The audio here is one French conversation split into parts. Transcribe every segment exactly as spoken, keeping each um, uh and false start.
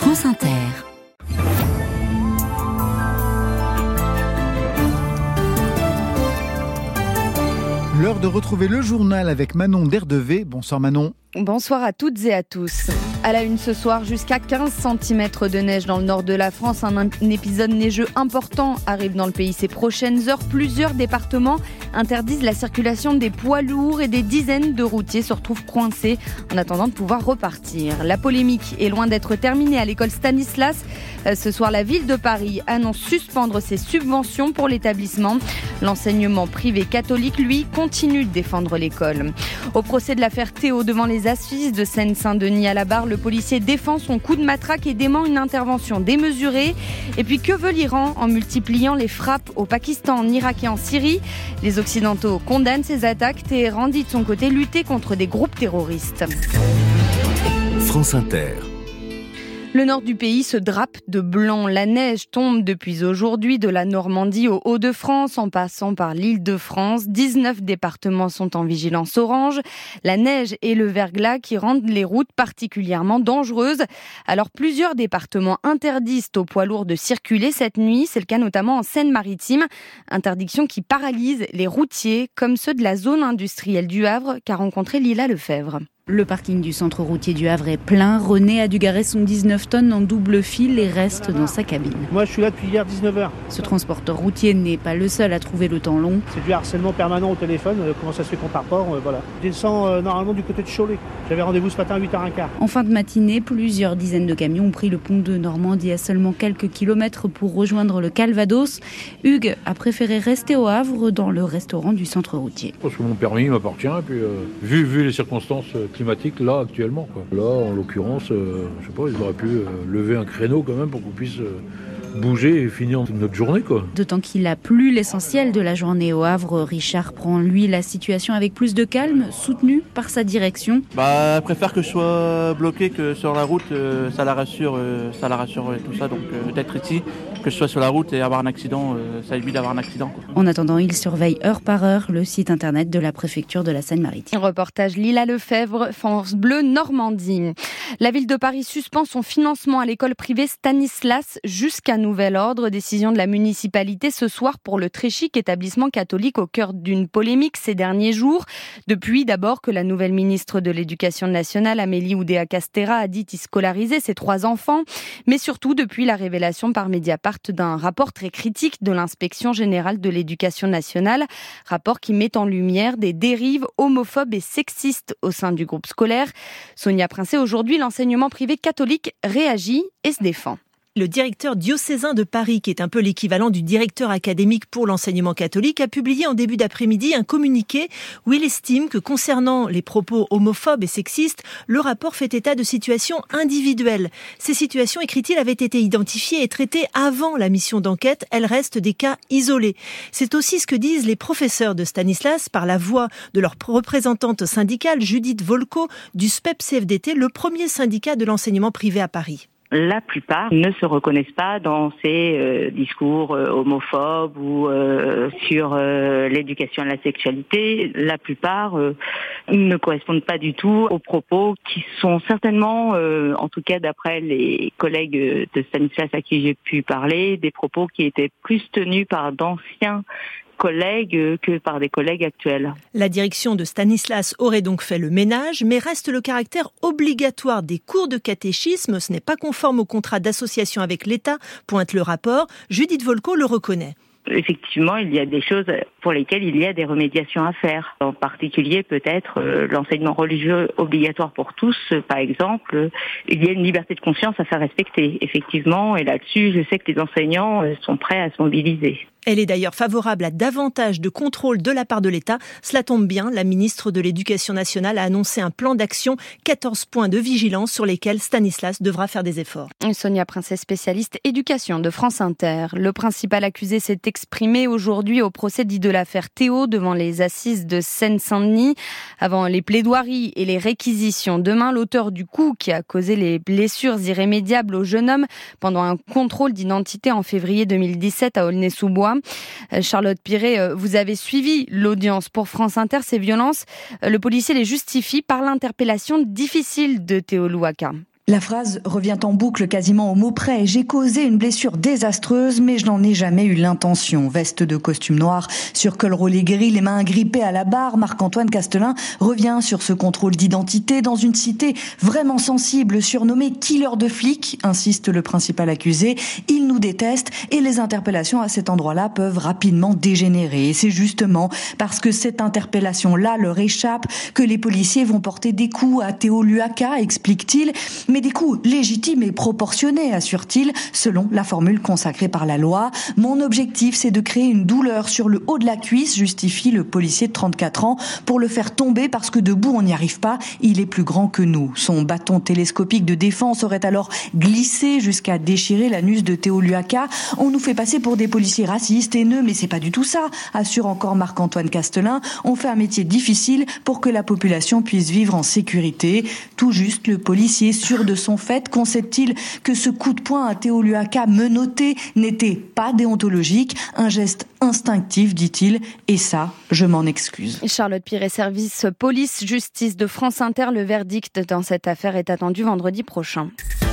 France Inter. L'heure de retrouver le journal avec Manon Derdevé. Bonsoir Manon. Bonsoir à toutes et à tous. À la une ce soir, jusqu'à quinze centimètres de neige dans le nord de la France. Un, un épisode neigeux important arrive dans le pays ces prochaines heures. Plusieurs départements interdisent la circulation des poids lourds et des dizaines de routiers se retrouvent coincés en attendant de pouvoir repartir. La polémique est loin d'être terminée à l'école Stanislas. Ce soir, la ville de Paris annonce suspendre ses subventions pour l'établissement. L'enseignement privé catholique, lui, continue de défendre l'école. Au procès de l'affaire Théo devant les assises de Seine-Saint-Denis à la barre, le policier défend son coup de matraque et dément une intervention démesurée. Et puis que veut l'Iran en multipliant les frappes au Pakistan, en Irak et en Syrie? Les Occidentaux condamnent ces attaques. Téhéran dit de son côté lutter contre des groupes terroristes. France Inter. Le nord du pays se drape de blanc. La neige tombe depuis aujourd'hui de la Normandie aux Hauts-de-France en passant par l'Île-de-France. dix-neuf départements sont en vigilance orange. La neige et le verglas qui rendent les routes particulièrement dangereuses. Alors plusieurs départements interdisent aux poids lourds de circuler cette nuit. C'est le cas notamment en Seine-Maritime. Interdiction qui paralyse les routiers comme ceux de la zone industrielle du Havre qu'a rencontré Lila Lefebvre. Le parking du centre routier du Havre est plein. René a dû garer son dix-neuf tonnes en double fil et reste dans sa cabine. Moi, je suis là depuis hier dix-neuf heures. Ce transporteur routier n'est pas le seul à trouver le temps long. C'est du harcèlement permanent au téléphone. Euh, comment ça se fait qu'on part pas euh, voilà. Je descends euh, normalement du côté de Cholet. J'avais rendez-vous ce matin à huit heures quinze. En fin de matinée, plusieurs dizaines de camions ont pris le pont de Normandie à seulement quelques kilomètres pour rejoindre le Calvados. Hugues a préféré rester au Havre dans le restaurant du centre routier. Parce que mon permis m'appartient et puis euh, vu, vu les circonstances climatiques là actuellement, quoi. Là en l'occurrence, euh, je sais pas, ils auraient pu euh, lever un créneau quand même pour qu'on puisse euh, bouger et finir notre journée, quoi. D'autant qu'il a plu l'essentiel de la journée au Havre. Richard prend lui la situation avec plus de calme, soutenu par sa direction. Bah, elle préfère que je sois bloqué que sur la route, euh, ça la rassure, euh, ça la rassure et tout ça. Donc euh, d'être ici, que je sois sur la route et avoir un accident, euh, ça évite d'avoir un accident, quoi. En attendant, il surveille heure par heure le site internet de la préfecture de la Seine-Maritime. Reportage Lila Lefebvre, France Bleu Normandie. La ville de Paris suspend son financement à l'école privée Stanislas jusqu'à nouvel ordre. Décision de la municipalité ce soir pour le très chic établissement catholique au cœur d'une polémique ces derniers jours. Depuis d'abord que la nouvelle ministre de l'Éducation nationale, Amélie Oudéa-Castéra, a dit y scolariser ses trois enfants. Mais surtout depuis la révélation par Mediapart d'un rapport très critique de l'inspection générale de l'Éducation nationale. Rapport qui met en lumière des dérives homophobes et sexistes au sein du groupe scolaire. Sonia Princet, aujourd'hui, l'enseignement privé catholique réagit et se défend. Le directeur diocésain de Paris, qui est un peu l'équivalent du directeur académique pour l'enseignement catholique, a publié en début d'après-midi un communiqué où il estime que concernant les propos homophobes et sexistes, le rapport fait état de situations individuelles. Ces situations, écrit-il, avaient été identifiées et traitées avant la mission d'enquête. Elles restent des cas isolés. C'est aussi ce que disent les professeurs de Stanislas par la voix de leur représentante syndicale, Judith Volko, du S P E P-C F D T, le premier syndicat de l'enseignement privé à Paris. La plupart ne se reconnaissent pas dans ces euh, discours euh, homophobes ou euh, sur euh, l'éducation à la sexualité. La plupart euh, ne correspondent pas du tout aux propos qui sont certainement, euh, en tout cas d'après les collègues de Stanislas à qui j'ai pu parler, des propos qui étaient plus tenus par d'anciens collègues que par des collègues actuels. La direction de Stanislas aurait donc fait le ménage, mais reste le caractère obligatoire des cours de catéchisme. Ce n'est pas conforme au contrat d'association avec l'État, pointe le rapport. Judith Volko le reconnaît. Effectivement, il y a des choses pour lesquelles il y a des remédiations à faire. En particulier, peut-être, euh, l'enseignement religieux obligatoire pour tous, euh, par exemple. Euh, il y a une liberté de conscience à faire respecter, effectivement. Et là-dessus, je sais que les enseignants euh, sont prêts à se mobiliser. Elle est d'ailleurs favorable à davantage de contrôle de la part de l'État. Cela tombe bien, la ministre de l'Éducation nationale a annoncé un plan d'action, quatorze points de vigilance sur lesquels Stanislas devra faire des efforts. Sonia Princet, spécialiste éducation de France Inter. Le principal accusé s'est exprimé aujourd'hui au procès dit de l'affaire Théo devant les assises de Seine-Saint-Denis. Avant les plaidoiries et les réquisitions, demain, l'auteur du coup qui a causé les blessures irrémédiables au jeune homme pendant un contrôle d'identité en février deux mille dix-sept à Aulnay-sous-Bois. Charlotte Piret, vous avez suivi l'audience pour France Inter. Ces violences, le policier les justifie par l'interpellation difficile de Théo Louaka. La phrase revient en boucle quasiment au mot près. J'ai causé une blessure désastreuse, mais je n'en ai jamais eu l'intention. Veste de costume noir, sur col roulé gris, les mains agrippées à la barre, Marc-Antoine Castelin revient sur ce contrôle d'identité dans une cité vraiment sensible, surnommée killer de flics, insiste le principal accusé. Il nous déteste et les interpellations à cet endroit-là peuvent rapidement dégénérer. Et c'est justement parce que cette interpellation-là leur échappe que les policiers vont porter des coups à Théo Luaka, explique-t-il. Mais des coups légitimes et proportionnés, assure-t-il, selon la formule consacrée par la loi. Mon objectif, c'est de créer une douleur sur le haut de la cuisse, justifie le policier de trente-quatre ans, pour le faire tomber parce que debout on n'y arrive pas, il est plus grand que nous. Son bâton télescopique de défense aurait alors glissé jusqu'à déchirer l'anus de Théo Luaka. On nous fait passer pour des policiers racistes, haineux, mais c'est pas du tout ça, assure encore Marc-Antoine Castelin. On fait un métier difficile pour que la population puisse vivre en sécurité. Tout juste le policier sûr de son fait concède-t-il que ce coup de poing à Théo Luaka menotté n'était pas déontologique, un geste instinctif, dit-il, et ça, je m'en excuse. Charlotte Piret, service police-justice de France Inter. Le verdict dans cette affaire est attendu vendredi prochain.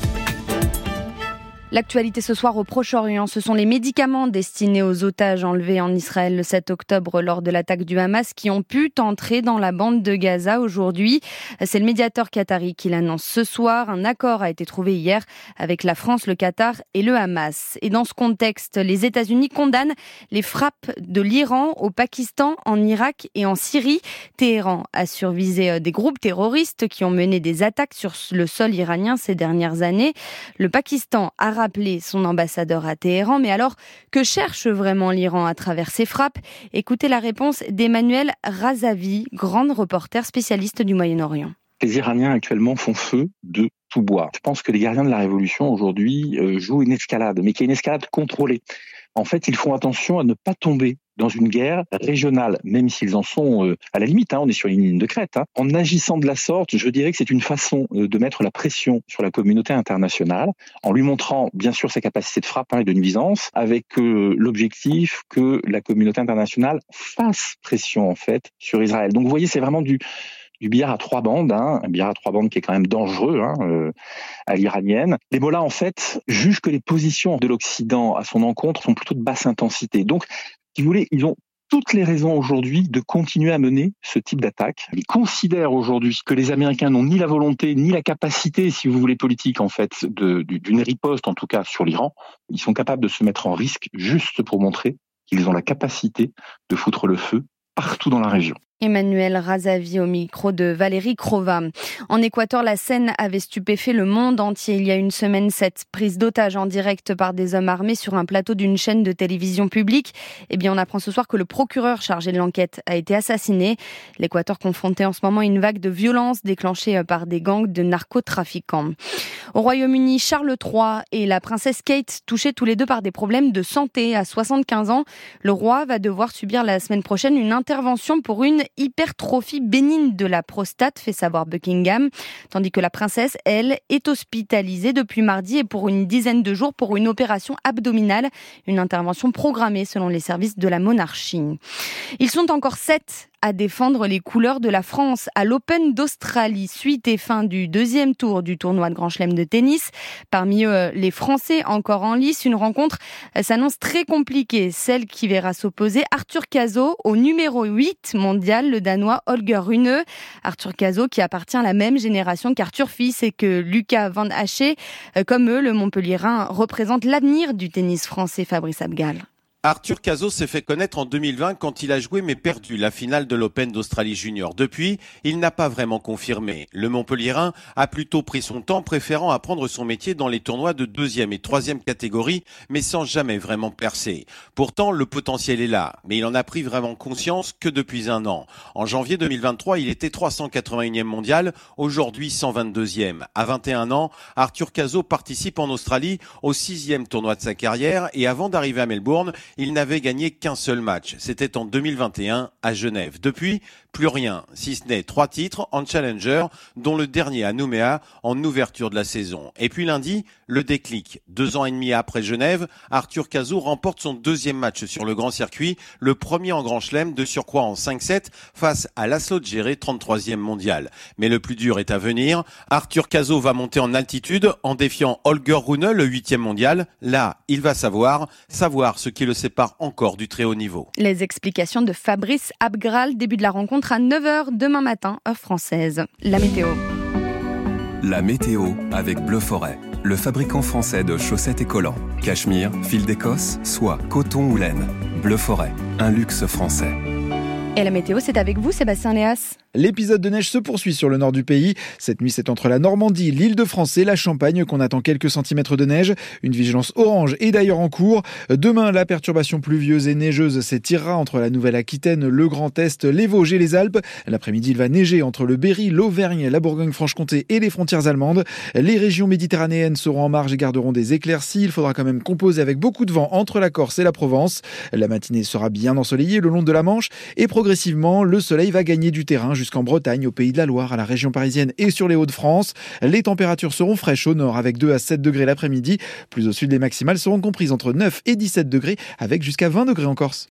L'actualité ce soir au Proche-Orient, ce sont les médicaments destinés aux otages enlevés en Israël le sept octobre lors de l'attaque du Hamas qui ont pu entrer dans la bande de Gaza aujourd'hui. C'est le médiateur qatari qui l'annonce ce soir. Un accord a été trouvé hier avec la France, le Qatar et le Hamas. Et dans ce contexte, les États-Unis condamnent les frappes de l'Iran au Pakistan, en Irak et en Syrie. Téhéran a survisé des groupes terroristes qui ont mené des attaques sur le sol iranien ces dernières années. Le Pakistan a rappelé son ambassadeur à Téhéran. Mais alors, que cherche vraiment l'Iran à travers ces frappes ? Écoutez la réponse d'Emmanuel Razavi, grande reporter spécialiste du Moyen-Orient. Les Iraniens actuellement font feu de tout bois. Je pense que les gardiens de la révolution aujourd'hui euh, jouent une escalade, mais qui est une escalade contrôlée. En fait, ils font attention à ne pas tomber dans une guerre régionale, même s'ils en sont euh, à la limite, hein, on est sur une ligne de crête. Hein. En agissant de la sorte, je dirais que c'est une façon euh, de mettre la pression sur la communauté internationale, en lui montrant bien sûr sa capacité de frappe hein, et de nuisance, avec euh, l'objectif que la communauté internationale fasse pression en fait sur Israël. Donc vous voyez, c'est vraiment du du billard à trois bandes, hein, un billard à trois bandes qui est quand même dangereux hein, euh, à l'iranienne. Les mollahs, en fait, jugent que les positions de l'Occident à son encontre sont plutôt de basse intensité. Donc, si vous voulez, ils ont toutes les raisons aujourd'hui de continuer à mener ce type d'attaque. Ils considèrent aujourd'hui que les Américains n'ont ni la volonté, ni la capacité, si vous voulez, politique, en fait, de, d'une riposte, en tout cas, sur l'Iran. Ils sont capables de se mettre en risque juste pour montrer qu'ils ont la capacité de foutre le feu partout dans la région. Emmanuel Razavi au micro de Valérie Crova. En Équateur, la scène avait stupéfait le monde entier. Il y a une semaine, cette prise d'otage en direct par des hommes armés sur un plateau d'une chaîne de télévision publique. Eh bien, on apprend ce soir que le procureur chargé de l'enquête a été assassiné. L'Équateur confronté en ce moment à une vague de violence déclenchée par des gangs de narcotrafiquants. Au Royaume-Uni, Charles trois et la princesse Kate, touchés tous les deux par des problèmes de santé à soixante-quinze ans. Le roi va devoir subir la semaine prochaine une intervention pour une hypertrophie bénigne de la prostate, fait savoir Buckingham, tandis que la princesse, elle, est hospitalisée depuis mardi et pour une dizaine de jours pour une opération abdominale, une intervention programmée selon les services de la monarchie. Ils sont encore sept à défendre les couleurs de la France à l'Open d'Australie, suite et fin du deuxième tour du tournoi de Grand Chelem de tennis. Parmi eux, les Français encore en lice. Une rencontre s'annonce très compliquée, celle qui verra s'opposer Arthur Cazot au numéro huit mondial, le Danois Holger Rune. Arthur Cazot qui appartient à la même génération qu'Arthur Fils et que Lucas Van Haché. Comme eux, le Montpelliérain représente l'avenir du tennis français. Fabrice Abgal. Arthur Cazot s'est fait connaître en deux mille vingt quand il a joué mais perdu la finale de l'Open d'Australie Junior. Depuis, il n'a pas vraiment confirmé. Le Montpelliérain a plutôt pris son temps, préférant apprendre son métier dans les tournois de deuxième et troisième catégorie, mais sans jamais vraiment percer. Pourtant, le potentiel est là, mais il en a pris vraiment conscience que depuis un an. En janvier deux mille vingt-trois, il était trois cent quatre-vingt-unième mondial, aujourd'hui cent vingt-deuxième. À vingt et un ans, Arthur Cazot participe en Australie au sixième tournoi de sa carrière et avant d'arriver à Melbourne, il n'avait gagné qu'un seul match. C'était en deux mille vingt et un à Genève. Depuis, plus rien, si ce n'est trois titres en Challenger, dont le dernier à Nouméa en ouverture de la saison. Et puis lundi, le déclic. Deux ans et demi après Genève, Arthur Cazaux remporte son deuxième match sur le grand circuit, le premier en Grand Chelem, de surcroît en cinq sept, face à Laszlo Djere, trente-troisième mondial. Mais le plus dur est à venir. Arthur Cazaux va monter en altitude en défiant Holger Rune, le huitième mondial. Là, il va savoir, savoir ce qui le sépare encore du très haut niveau. Les explications de Fabrice Abgral, début de la rencontre à neuf heures demain matin, heure française. La météo. La météo avec Bleu Forêt, le fabricant français de chaussettes et collants. Cachemire, fil d'Écosse, soie, coton ou laine. Bleu Forêt, un luxe français. Et la météo, c'est avec vous, Sébastien Léas. L'épisode de neige se poursuit sur le nord du pays. Cette nuit, c'est entre la Normandie, l'Île-de-France et la Champagne qu'on attend quelques centimètres de neige. Une vigilance orange est d'ailleurs en cours. Demain, la perturbation pluvieuse et neigeuse s'étirera entre la Nouvelle-Aquitaine, le Grand Est, les Vosges et les Alpes. L'après-midi, il va neiger entre le Berry, l'Auvergne, la Bourgogne-Franche-Comté et les frontières allemandes. Les régions méditerranéennes seront en marge et garderont des éclaircies. Il faudra quand même composer avec beaucoup de vent entre la Corse et la Provence. La matinée sera bien ensoleillée le long de la Manche et progressivement, le soleil va gagner du terrain jusqu'en Bretagne, au Pays de la Loire, à la région parisienne et sur les Hauts-de-France. Les températures seront fraîches au nord avec deux à sept degrés l'après-midi. Plus au sud, les maximales seront comprises entre neuf et dix-sept degrés avec jusqu'à vingt degrés en Corse.